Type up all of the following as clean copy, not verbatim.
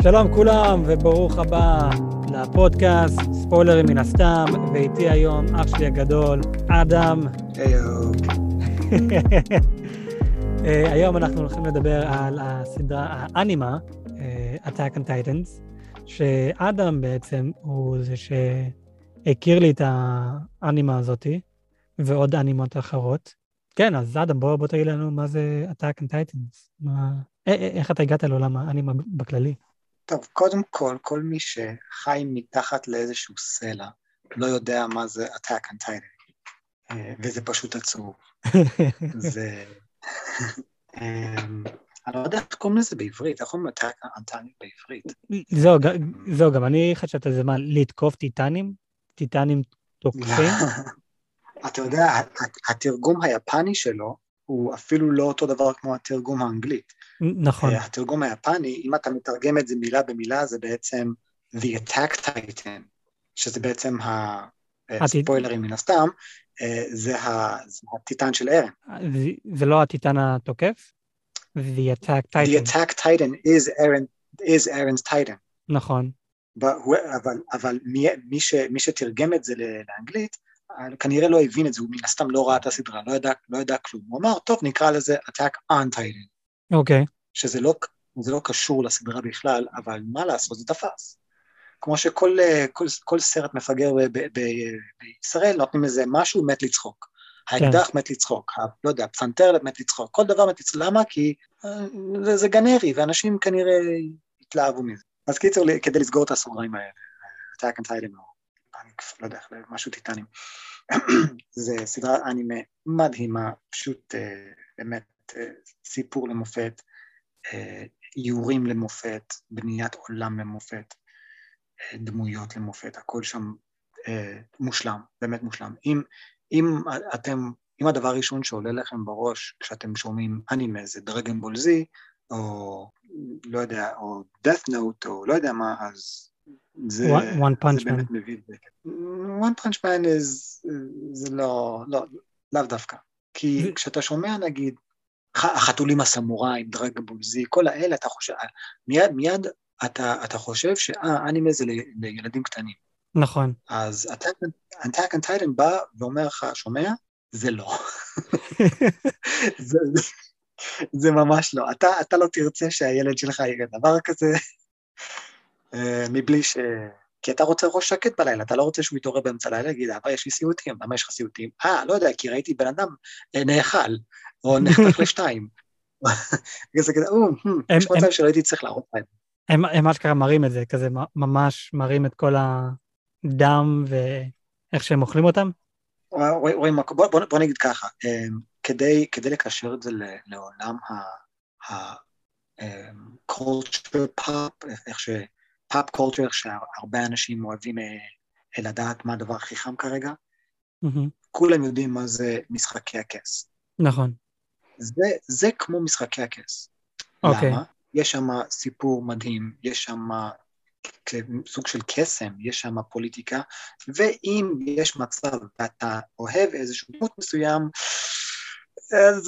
שלום כולם וברוך הבא לפודקאסט ספוילרים מן הסתם, ואיתי היום אח שלי הגדול אדם. היו. היום אנחנו הולכים לדבר על הסדרה האנימה Attack on Titans, שאדם בעצם הוא זה שהכיר לי את האנימה הזאתי ועוד אנימות אחרות. כן, אז אדם בוא תגיד לנו מה זה Attack on Titans, איך אתה הגעת לעולם האנימה בכללי? טוב, קודם כל מי שחי מתחת לאיזשהו סלע, לא יודע מה זה Attack on Titan, וזה פשוט עצוב. אני לא יודע איך קוראים לזה בעברית, איך קוראים Attack on Titan בעברית? זהו, גם אני חשבתי על זה, מה, לתקוף טיטנים? טיטנים תוקפים? אתה יודע, התרגום היפני שלו, הוא אפילו לא אותו דבר כמו התרגום האנגלית. נכון. התרגום היפני, אם אתה מתרגם את זה מילה במילה, זה בעצם The Attack Titan, שזה בעצם הספוילרים מן הסתם, זה הטיטן של ארן. זה לא הטיטן התוקף? The Attack Titan. The Attack Titan is Aaron's Titan. נכון. אבל מי שתרגם את זה לאנגלית, כנראה לא הבין את זה, הוא מן הסתם לא ראה את הסדרה, לא ידע כלום. הוא אמר, טוב, נקרא לזה Attack on Titan. אוקיי. שזה לא קשור לסדרה בכלל, אבל מה לעשות, זה תפס. כמו שכל סרט מפגר בישראל, נותנים איזה משהו מת לצחוק. האקדח מת לצחוק, לא יודע, פסנתר מת לצחוק, כל דבר מת לצחוק. למה? כי זה גנרי, ואנשים כנראה התלהבו מזה. אז קיצור, כדי לסגור את הסוגריים האלה, Attack on Titan, לא יודע, משהו טיטנים. זה סדרה אנימה מדהימה, פשוט באמת סיפור למופת, איורים למופת, בניית עולם למופת, דמויות למופת, הכל שם מושלם, באמת מושלם. אם הדבר הראשון שעולה לכם בראש כשאתם שומעים אנימה זה דרגן בול זי, או לא יודע, או Death Note, או לא יודע מה, אז זה באמת מביא את זה. One Punch Man זה לאו דווקא. כי כשאתה שומע נגיד, החתולים הסמוראים, דרגן בול זי, כל האלה, אתה חושב, מיד אתה חושב שהאנימה זה לילדים קטנים. נכון. אז Attack on Titan בא ואומר לך, שומע? זה לא. זה ממש לא. אתה לא תרצה שהילד שלך יראה דבר כזה, מבלי כי אתה רוצה ראש שקט בלילה, אתה לא רוצה שהוא יתעורר באמצע לילה, יגיד, אבא, יש לי סיוטים, למה יש לך סיוטים? לא יודע, כי ראיתי בן אדם נאכל, או נחתך לשתיים. זה כזה, יש מצב שלא הייתי צריך להראות להם. הם אשכרה מראים את זה, כזה ממש מראים את כל הדם ואיך שהם אוכלים אותם? בוא נגיד ככה, כדי לקשר את זה לעולם ה-culture pop, איך פאפ קולצ'ר, שהרבה אנשים אוהבים לדעת מה הדבר הכי חם כרגע, כולם יודעים מה זה משחקי הכס. נכון. זה כמו משחקי הכס. למה? יש שם סיפור מדהים, יש שם סוג של קסם, יש שם פוליטיקה, ואם יש מצב ואתה אוהב איזשהו דמות מסוים, אז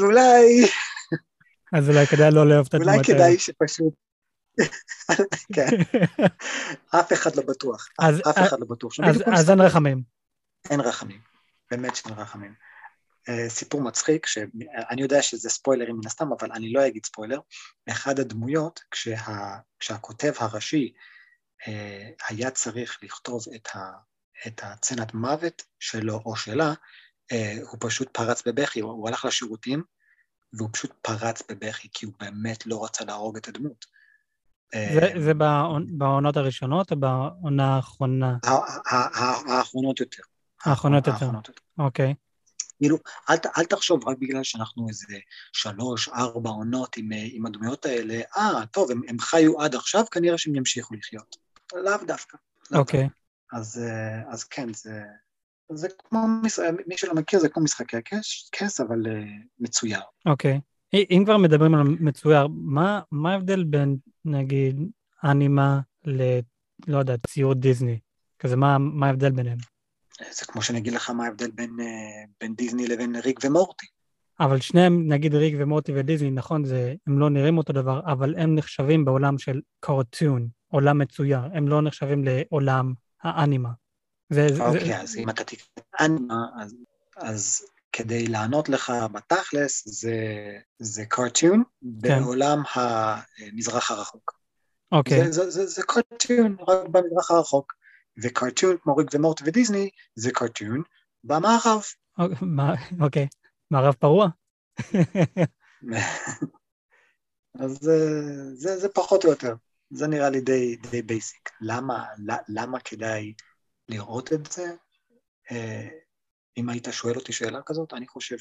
אולי כדאי לא לאהוב את הדמות האלה. אולי כדאי שפשוט כן, אף אחד לא בטוח, אף אחד לא בטוח. אז אין רחמים. אין רחמים, באמת שאין רחמים. סיפור מצחיק, שאני יודע שזה ספוילרים מן הסתם, אבל אני לא אגיד ספוילר, אחד הדמויות, כשהכותב הראשי היה צריך לכתוב את הצנת מוות שלו או שלה, הוא פשוט פרץ בבכי, הוא הלך לשירותים, והוא פשוט פרץ בבכי, כי הוא באמת לא רצה להרוג את הדמות. זה בעונות הראשונות או בעונה האחרונה? האחרונות יותר. האחרונות יותר, אוקיי. כאילו, אל תחשוב רק בגלל שאנחנו איזה 3-4 עונות עם הדמויות האלה, טוב, הם חיו עד עכשיו, כנראה שהם ימשיכו לחיות. לאו דווקא. אוקיי. אז כן, זה כמו, מי שלא מכיר, זה כמו משחקי כס, אבל מצויר. אוקיי. אם כבר מדברים על מצויר, מה ההבדל בין, נגיד, אנימה לא יודע, ציור דיזני? כזה, מה ההבדל ביניהם? זה כמו שאני אגיד לך מה ההבדל בין דיזני לבין ריק ומורטי. אבל שניהם, נגיד ריק ומורטי ודיזני, נכון, הם לא נראים אותו דבר, אבל הם נחשבים בעולם של קורטון, עולם מצויר, הם לא נחשבים לעולם האנימה. אוקיי, אז אם אתה תקרא אנימה, אז כדי לענות לך בתכלס, זה קארטון בעולם המזרח הרחוק. אוקיי. זה קארטון רק במזרח הרחוק, וקארטון כמו ריק ומורטי ודיסני, זה קארטון במערב. אוקיי, מערב פרוע. אז זה פחות או יותר, זה נראה לי די בייסיק. למה כדאי לראות את זה? אם היית שואל אותי שאלה כזאת, אני חושב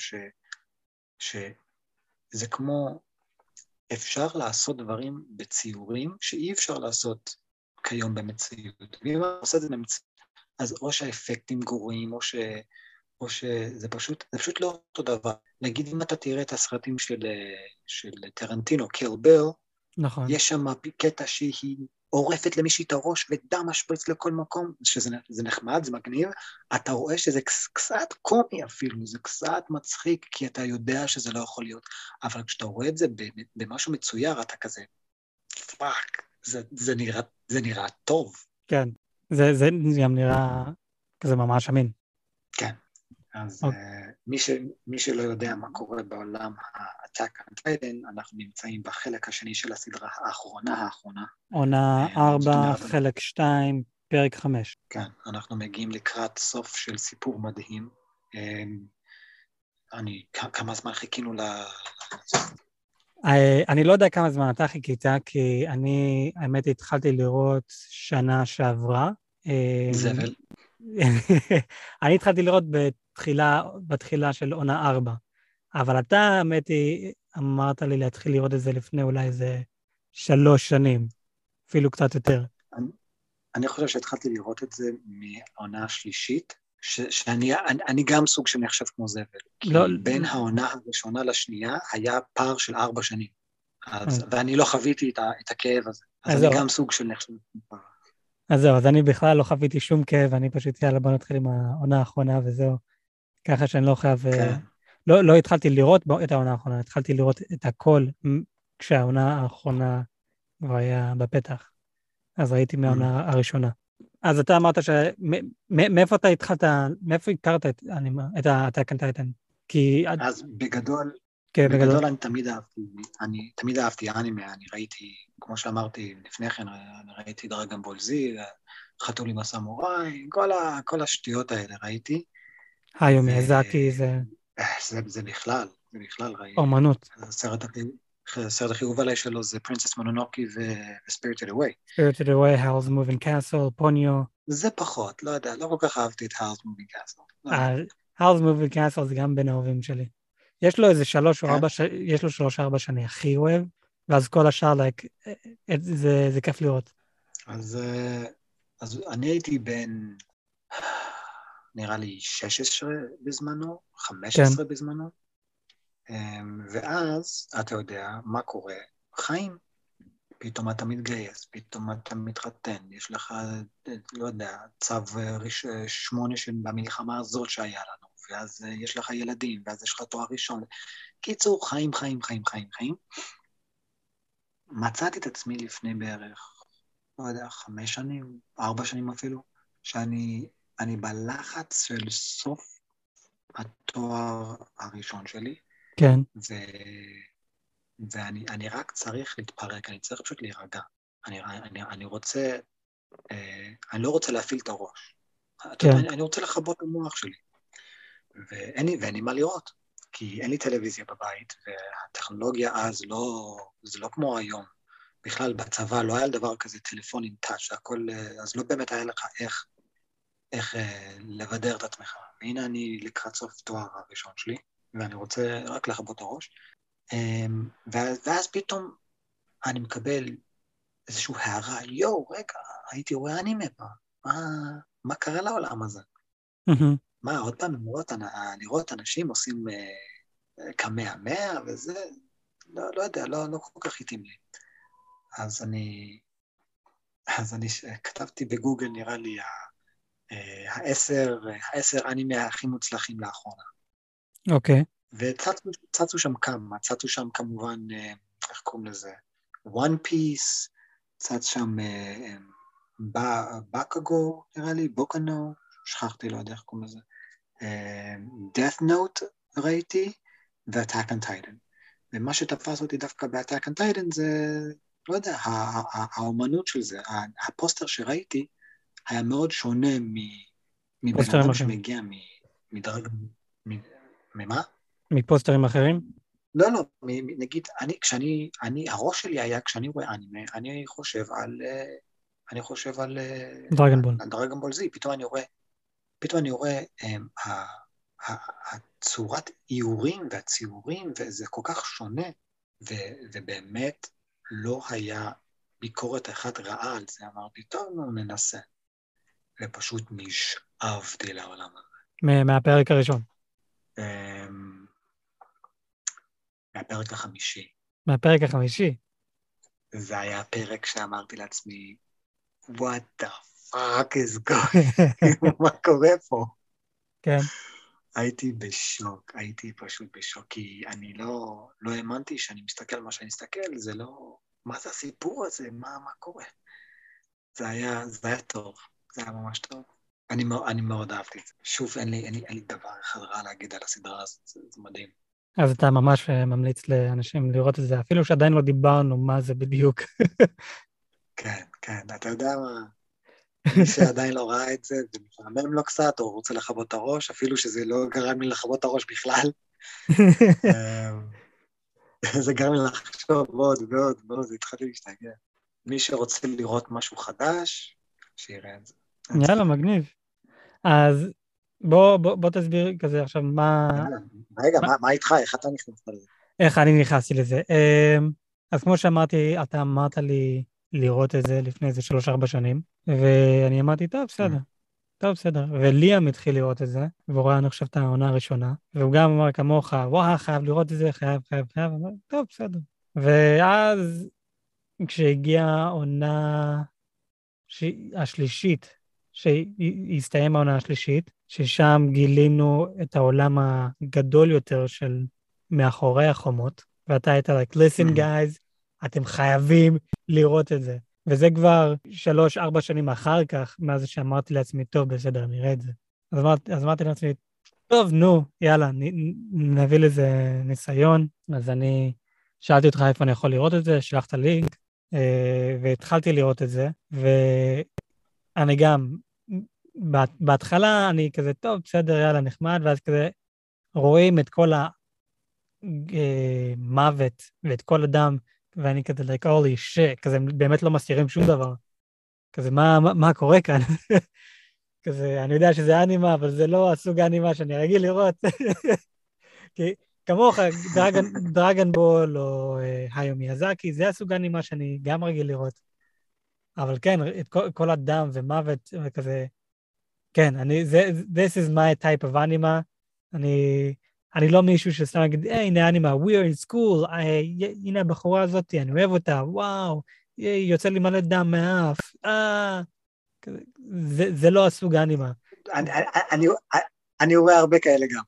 שזה כמו, אפשר לעשות דברים בציורים שאי אפשר לעשות כיום במציאות. ואם אתה עושה את זה במציאות, אז או שהאפקטים גרועים, או שזה פשוט לא אותו דבר. נגיד אם אתה תראה את הסרטים של טרנטינו, קיל ביל, נכון. יש שם קטע שהיא עורפת למישהי את הראש ודם משפריץ לכל מקום, שזה נחמד, זה מגניב, אתה רואה שזה קצת קומי אפילו, זה קצת מצחיק, כי אתה יודע שזה לא יכול להיות, אבל כשאתה רואה את זה במשהו מצויר, אתה כזה, פאק, זה נראה טוב. כן, זה גם נראה כזה ממש אמין. כן. אז מי שלא יודע מה קורה בעולם ה-Attack on Titan, אנחנו נמצאים בחלק השני של הסדרה האחרונה. עונה 4, חלק 2, פרק 5. כן, אנחנו מגיעים לקראת סוף של סיפור מדהים. כמה זמן חיכינו אני לא יודע כמה זמן אתה חיכית, כי אני, האמת, התחלתי לראות שנה שעברה. זבל. אני התחלתי לראות בתחילה של עונה 4, אבל אתה, האמת היא, אמרת לי להתחיל לראות את זה לפני אולי איזה 3 שנים, אפילו קצת יותר. אני חושב שהתחלתי לראות את זה מהעונה השלישית, שאני גם סוג שנחשב כמו זבל, כי בין העונה הראשונה לשנייה היה פער של 4 שנים, ואני לא חוויתי את הכאב הזה, אז אני גם סוג של נחשב כמו פער. אז זהו, אז אני בכלל לא חוויתי שום כאב, אני פשוט, יאללה, בוא נתחיל עם העונה האחרונה וזהו, ככה שאני לא חייב... כן. לא התחלתי לראות את העונה האחרונה, התחלתי לראות את הכל כשהעונה האחרונה כבר היה בפתח, אז ראיתי מהעונה הראשונה. אז אתה אמרת מאיפה אתה התחלת, מאיפה הכרת את Attack on Titan? אז בגדול, אני תמיד אהבתי אנימה, אני ראיתי, כמו שאמרתי לפני כן, אני ראיתי דרגון בול זי, חתול עם הסמוראי, כל השטויות האלה ראיתי. היו מיאזקי זה בכלל ראיתי. אומנות. הסרט החיוב עליי שלו זה פרינסס מונונוקי ו-Spirited Away. Spirited Away, Howl's Moving Castle, פוניו. זה פחות, לא יודע, לא כל כך אהבתי את Howl's Moving Castle. Howl's Moving Castle זה גם בין האהובים שלי. יש לו איזה 3-4 שאני הכי אוהב, ואז כל השאר, זה כיף לראות. אז אני הייתי בין, נראה לי 16 בזמנו, 15 בזמנו, ואז אתה יודע מה קורה, חיים, פתאום אתה מתגייס, פתאום אתה מתחתן, יש לך, לא יודע, צו 8 במלחמה הזאת שהיה לנו, ואז יש לך ילדים, ואז יש לך תואר ראשון. קיצור, חיים. מצאתי את עצמי לפני בערך, לא יודע, 5 שנים, 4 שנים אפילו, שאני בלחץ של סוף התואר הראשון שלי. כן. ואני רק צריך להתפרק, אני צריך פשוט להירגע. אני רוצה, אני לא רוצה להפעיל את הראש. אני רוצה לחבות את המוח שלי. ואין לי מה לראות, כי אין לי טלוויזיה בבית, והטכנולוגיה אז זה לא כמו היום. בכלל בצבא לא היה דבר כזה טלפון עם טאץ', אז לא באמת היה לך איך לבדר את עצמך. והנה אני לקראת סוף תואר הראשון שלי, ואני רוצה רק לחבות את הראש. ואז פתאום אני מקבל איזשהו הערה, רגע, הייתי רואה אנימה פעם, מה קרה לעולם הזה? מה, עוד פעם לראות אנשים עושים כמאה וזה, לא יודע, לא כל כך התאים לי. אז אני כתבתי בגוגל, נראה לי, 10 אנימה הכי מוצלחים לאחרונה. אוקיי. וצצו שם כמובן, איך קוראים לזה? One Piece, צץ שם בקגו, נראה לי, בוקנו, שכחתי, לא יודע איך קוראים לזה. Death Note ראיתי, ו-Attack on Titan. ומה שתפס אותי דווקא ב-Attack on Titan זה, לא יודע, האומנות של זה, הפוסטר שראיתי היה מאוד שונה מבן אדם שמגיע מדרג, ממה? מפוסטרים אחרים? לא, נגיד, הראש שלי היה, כשאני רואה אנימה, אני חושב על דרגון בול זי, פתאום אני רואה הצורת איורים והציורים, וזה כל כך שונה, ובאמת לא היה ביקורת אחת רעה על זה, אמרתי, טוב, ננסה, ופשוט נשאבתי לעולם הזה. מהפרק הראשון? מהפרק החמישי. מהפרק החמישי? זה היה הפרק שאמרתי לעצמי, what the fuck is going? מה קורה פה? כן. הייתי פשוט בשוק, כי אני לא האמנתי שאני מסתכל על מה שאני מסתכל, זה לא, מה זה הסיפור הזה? מה קורה? זה היה טוב, זה היה ממש טוב. אני מאוד אהבתי את זה. שוב, אין לי דבר אחד רע להגיד על הסדרה הזאת, זה מדהים. אז אתה ממש ממליץ לאנשים לראות את זה, אפילו שעדיין לא דיברנו מה זה בדיוק. כן, אתה יודע מה? מי שעדיין לא ראה את זה, זה מפעמם לו קצת, או רוצה לחבות את הראש, אפילו שזה לא גרם לי לחבות את הראש בכלל. זה גרם לי לחשוב מאוד, התחלתי להשתגע. מי שרוצה לראות משהו חדש, שיראה את זה. יאללה, מגניב. אז בוא תסביר כזה עכשיו מה... רגע, מה איתך? איך אתה נכנסת לזה? איך אני נכנסתי לזה? אז כמו שאמרתי, אתה אמרת לי לראות את זה לפני איזה 3-4 שנים, ואני אמרתי, טוב, בסדר. וליאם התחיל לראות את זה, והוא ראה, אני חושב, את העונה הראשונה, והוא גם אמר כמוך, וואו, חייב לראות את זה, חייב. אמר, טוב, בסדר. ואז כשהגיעה העונה השלישית, שהסתיים העונה השלישית, ששם גילינו את העולם הגדול יותר של מאחורי החומות, ואתה היית like, listen guys, אתם חייבים לראות את זה. וזה כבר 3-4 שנים אחר כך, מאז שאמרתי לעצמי, טוב, בסדר, נראה את זה. אז אמרתי לעצמי, טוב, נו, יאללה, נביא לזה ניסיון. אז אני שאלתי אותך איפה אני יכול לראות את זה, שלחת לינק, והתחלתי לראות את זה, ואני גם, בהתחלה אני כזה, טוב, בסדר, יאללה, נחמד, ואז כזה רואים את כל המוות ואת כל הדם, ואני כזה, like, holy shit, כזה, באמת לא מסתירים שום דבר. כזה, מה קורה כאן? כזה, אני יודע שזה אנימה, אבל זה לא הסוג האנימה שאני רגיל לראות. כי כמוך, דרגן בול או היו מיאזקי, זה הסוג האנימה שאני גם רגיל לראות. אבל כן, את כל הדם ומוות וכזה, כן, this is my type of anima. אני לא מישהו שסתם אגיד, הנה אנימה, we are in school, הנה הבחורה הזאת, אני אוהב אותה, וואו, יוצא לי מלא דם מהאף, זה לא הסוג האנימה. אני רואה הרבה כאלה גם.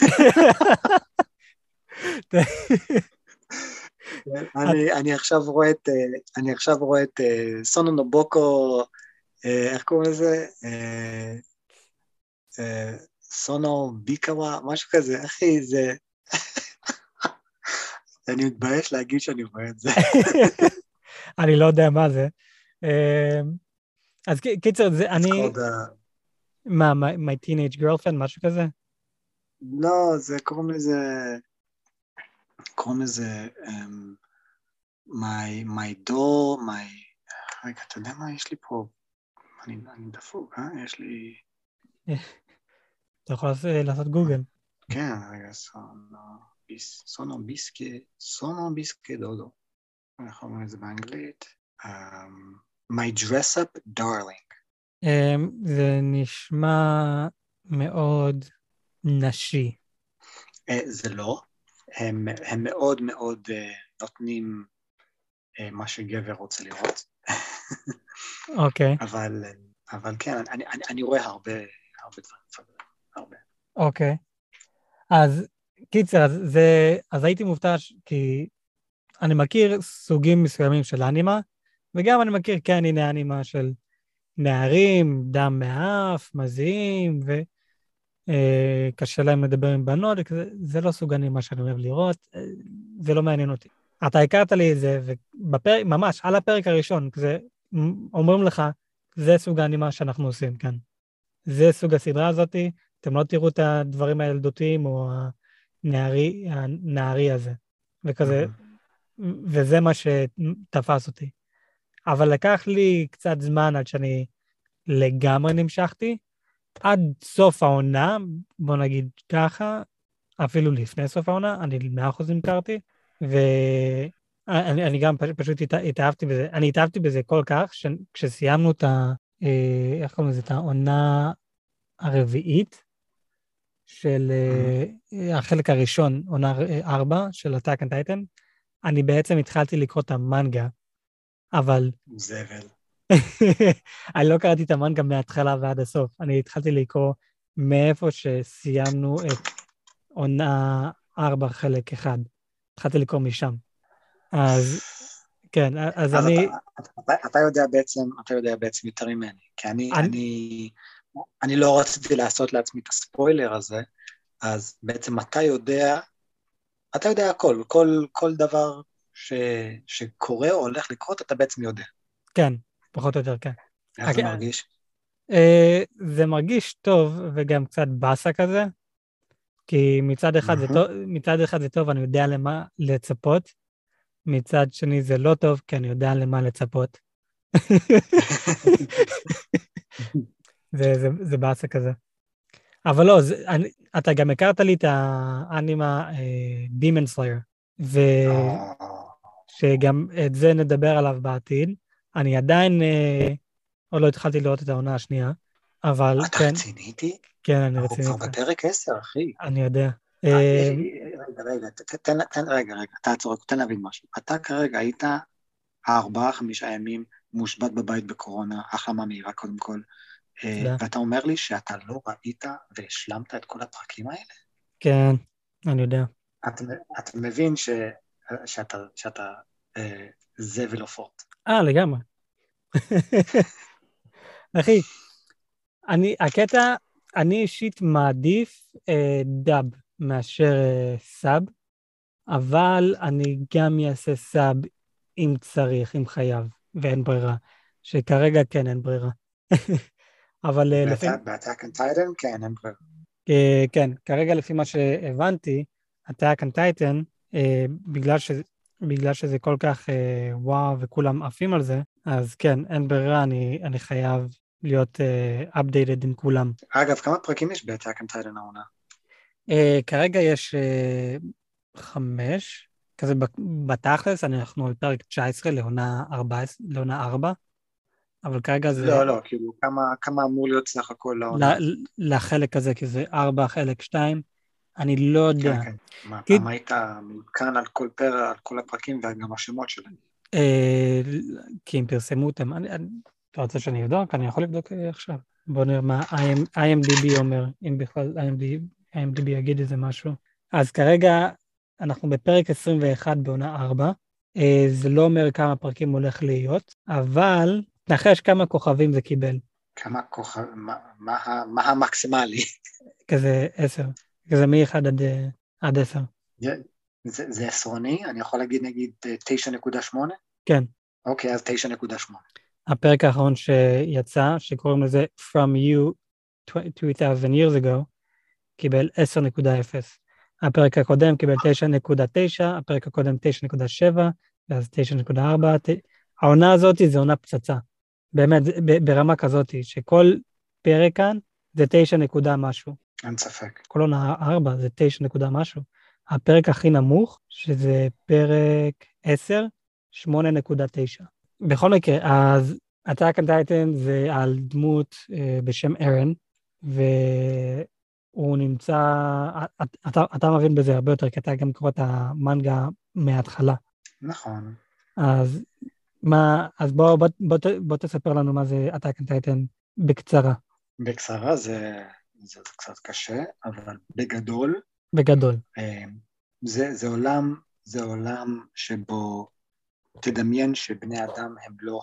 אני עכשיו רואה את סונו נובוקו, איך קוראים לזה? סונו ביקאווה, משהו כזה, אחי, זה... אני מתבייש להגיד שאני רואה את זה. אני לא יודע מה זה. אז קיצר, זה אני... מה, my teenage girlfriend, משהו כזה? לא, זה קוראים לזה, my doll, רגע, אתה יודע מה, יש לי פה, אני דפוק, יש לי... אתה יכול לעשות גוגל. כן, רגע, סונו ביסקה דודו. איך אומרים את זה באנגלית? My dress up darling. זה נשמע מאוד נשי. זה לא. הם מאוד מאוד נותנים מה שגבר רוצה לראות. אוקיי. אבל כן, אני רואה הרבה דברים. הרבה. אוקיי. אז קיצר, אז הייתי מופתע כי אני מכיר סוגים מסוימים של אנימה, וגם אני מכיר, כן, הנה אנימה של נערים, דם מאף, מזיעים, וקשה להם לדבר עם בנות, זה לא סוג אנימה שאני אוהב לראות, זה לא מעניין אותי. אתה הכרת לי את זה, ובפרק, ממש, על הפרק הראשון, כזה, אומרים לך, זה סוג האנימה שאנחנו עושים כאן. זה סוג הסדרה הזאת, אתם לא תראו את הדברים הילדותיים, או הנערי הזה, וכזה, וזה מה שתפס אותי. אבל לקח לי קצת זמן עד שאני לגמרי נמשכתי, עד סוף העונה, בוא נגיד ככה, אפילו לפני סוף העונה, אני 100% נמכרתי, ואני גם פשוט התאהבתי בזה, אני התאהבתי בזה כל כך, כשסיימנו את איך קוראים לזה, את העונה הרביעית, של החלק הראשון, עונה 4, של Attack on Titan, אני בעצם התחלתי לקרוא את המנגה, אבל... זבל. אני לא קראתי את המנגה מההתחלה ועד הסוף, אני התחלתי לקרוא מאיפה שסיימנו את עונה 4 חלק 1. התחלתי לקרוא משם. אז כן, אז אני... אתה יודע בעצם יותר ממני, כי אני לא רציתי לעשות לעצמי את הספוילר הזה, אז בעצם אתה יודע הכל, כל דבר שקורה או הולך לקרות, אתה בעצם יודע. כן, פחות או יותר, כן. איך זה מרגיש? זה מרגיש טוב, וגם קצת בסה כזה, כי מצד אחד זה טוב, אני יודע למה לצפות, מצד שני זה לא טוב, כי אני יודע למה לצפות. זה בסה כזה. אבל לא, אתה גם הכרת לי את האנימה Demon Slayer, ושגם את זה נדבר עליו בעתיד. אני עדיין עוד לא התחלתי לראות את העונה השנייה, אבל אתה כן. רציני איתי? כן, אני רציני. אנחנו כבר בפרק 10, אחי. אני יודע. רגע, תעצור, תן להבין משהו. אתה כרגע היית 4-5 ימים מושבת בבית בקורונה, החלמה מהירה קודם כל, ואתה אומר לי שאתה לא ראית והשלמת את כל הפרקים האלה? כן, אני יודע. אתה מבין שאתה זבל עופות. לגמרי. אחי, אני אישית מעדיף דאב מאשר סאב, אבל אני גם אעשה סאב אם צריך, אם חייב, ואין ברירה, שכרגע כן אין ברירה. אבל ב-Attack on Titan כן, אין ברירה. כן, כרגע לפי מה שהבנתי, Attack on Titan, בגלל שזה כל כך וואו וכולם עפים על זה, אז כן, אין ברירה, אני חייב להיות updated עם כולם. אגב, כמה פרקים יש ב-Attack on Titan העונה? כרגע יש 5, כזה בתכלס, אנחנו על פרק 19 לעונה 4, אבל כרגע זה... לא, כאילו, כמה אמור להיות סך הכל לעונה? לחלק הזה, כי זה 4 חלק 2, אני לא יודע. כן. מה, פעם היית מעודכן על כל הפרקים וגם השמות שלהם? כי הם פרסמו אותם. אתה רוצה שאני אבדוק? אני יכול לבדוק עכשיו. בוא נראה מה IMDb אומר, אם בכלל IMDb יגיד איזה משהו. אז כרגע אנחנו בפרק 21 בעונה 4. זה לא אומר כמה פרקים הולך להיות, אבל נחש כמה כוכבים זה קיבל. כמה כוכבים? מה המקסימלי? כזה 10. כזה מ-1 עד 10. זה עשרוני? אני יכול להגיד נגיד 9.8? כן. אוקיי, אז 9.8. הפרק האחרון שיצא, שקוראים לזה From You 2000 years ago, קיבל 10.0. הפרק הקודם קיבל 9.9, הפרק הקודם 9.7, ואז 9.4. העונה הזאת זה עונה פצצה. באמת, ברמה כזאת, שכל פרק כאן זה 9 נקודה משהו. אין ספק. כל עונה 4 זה 9 נקודה משהו. הפרק הכי נמוך, שזה פרק 10, 8.9. בכל מקרה, אז Attack on Titan זה על דמות בשם ארן, והוא נמצא, אתה מבין בזה הרבה יותר, כי אתה גם קורא את המנגה מההתחלה. נכון. אז בוא תספר לנו מה זה Attack on Titan בקצרה. בקצרה זה קצת קשה, אבל בגדול. זה עולם שבו תדמיין שבני אדם הם לא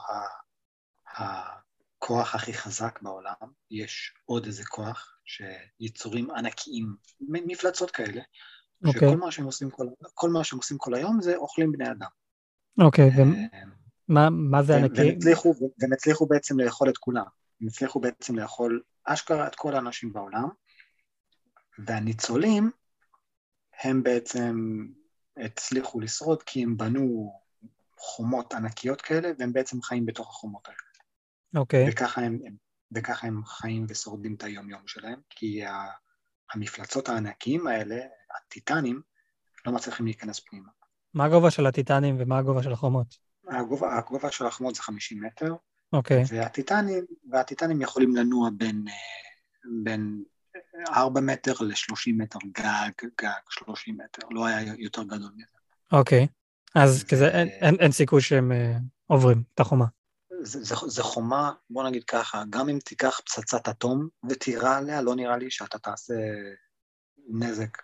הכוח הכי חזק בעולם, יש עוד איזה כוח שיצורים ענקיים, מפלצות כאלה, שכל מה שהם עושים כל היום זה אוכלים בני אדם. אוקיי, ומה זה ענקי? והם הצליחו בעצם לאכול את כולם. הם הצליחו בעצם לאכול אשכרה את כל האנשים בעולם, והניצולים הם בעצם הצליחו לשרוד כי הם בנו חומות ענקיות כאלה, והם בעצם חיים בתוך החומות האלה. אוקיי. וככה הם חיים ושורדים את היום-יום שלהם, כי המפלצות הענקיים האלה, הטיטנים, לא מצליחים להיכנס פנימה. מה הגובה של הטיטנים ומה הגובה של החומות? הגובה של החומות זה 50 מטר, אוקיי. והטיטנים יכולים לנוע בין 4 מטר ל-30 מטר, גג 30 מטר, לא היה יותר גדול מזה. אוקיי, אז כזה אין סיכוי שהם עוברים את החומה. זה חומה, בוא נגיד ככה, גם אם תיקח פצצת אטום ותירה עליה, לא נראה לי שאתה תעשה נזק.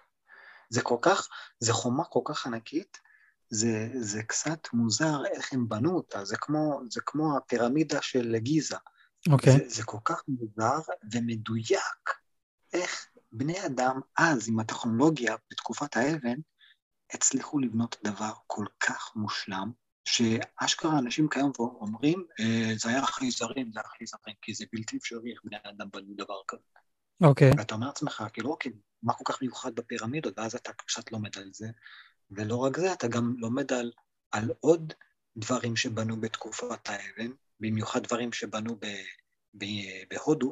זה חומה כל כך ענקית, זה קצת מוזר איך הם בנו אותה, זה כמו הפירמידה של גיזה. אוקיי. זה כל כך מוזר ומדויק, איך בני אדם אז עם הטכנולוגיה בתקופת האבן, הצליחו לבנות דבר כל כך מושלם, שאשכרה אנשים כיום אומרים, זה היה חייזרים, כי זה בלתי אפשרי איך בני אדם בנו דבר כזה. אוקיי. ואתה אומר לעצמך, כאילו, אוקיי, מה כל כך מיוחד בפירמידות, ואז אתה קצת לומד על זה, ולא רק זה, אתה גם לומד על עוד דברים שבנו בתקופת האבן, במיוחד דברים שבנו בהודו,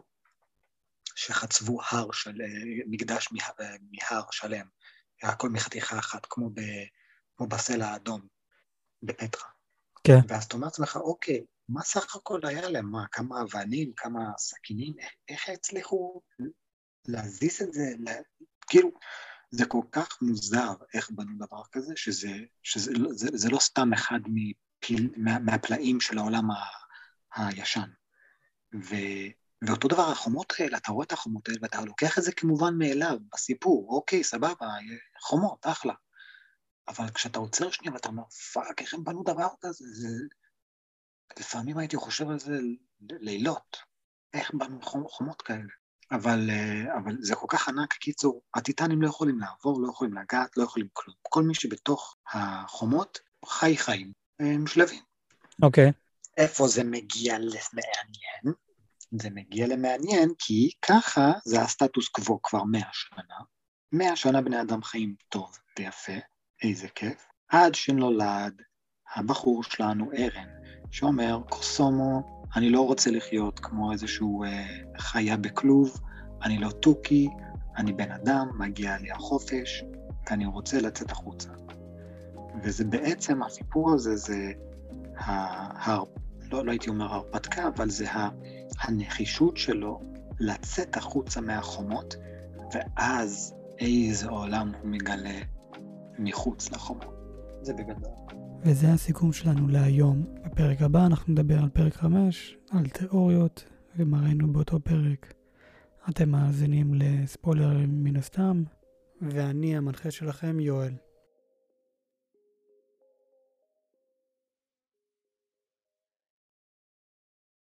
שחצבו מקדש מהר שלם, הכל מחתיכה אחת, כמו בסלע האדום, בפטרה. כן. ואז אתה אומר לעצמך, אוקיי, מה סך הכל היה להם? כמה אבנים, כמה סכינים, איך הצליחו להזיז את זה? כאילו, זה כל כך מוזר איך בנו דבר כזה, שזה לא סתם אחד מהפלאים של העולם הישן. ואותו דבר, החומות האלה, אתה רואה את החומות האלה, ואתה לוקח את זה כמובן מאליו, בסיפור, אוקיי, סבבה, חומות, אחלה. אבל כשאתה עוצר שנייה ואתה אומר, פאק, איך הם בנו דבר כזה? לפעמים הייתי חושב על זה לילות, איך בנו חומות כאלה. אבל זה כל כך ענק, קיצור, הטיטנים לא יכולים לעבור, לא יכולים לגעת, לא יכולים כלום. כל מי שבתוך החומות חיים, הם שלבים. אוקיי. איפה זה מגיע למעניין? זה מגיע למעניין כי ככה זה הסטטוס קוו כבר 100 שנה. 100 שנה בני אדם חיים טוב ויפה, איזה כיף. עד שנולד הבחור שלנו, ארן, שאומר, קוסומו, אני לא רוצה לחיות כמו איזשהו חיה בכלוב, אני לא טוקי, אני בן אדם, מגיע לי החופש, ואני רוצה לצאת החוצה. וזה בעצם, הסיפור הזה, זה לא הייתי אומר הרפתקה, אבל זה הנחישות שלו לצאת החוצה מהחומות, ואז איזה עולם הוא מגלה מחוץ לחומות. זה בגדול. וזה הסיכום שלנו להיום. בפרק הבא אנחנו נדבר על פרק 5, על תיאוריות, ומה ראינו באותו פרק. אתם מאזינים לספוילרים מן הסתם, ואני המנחה שלכם יואל.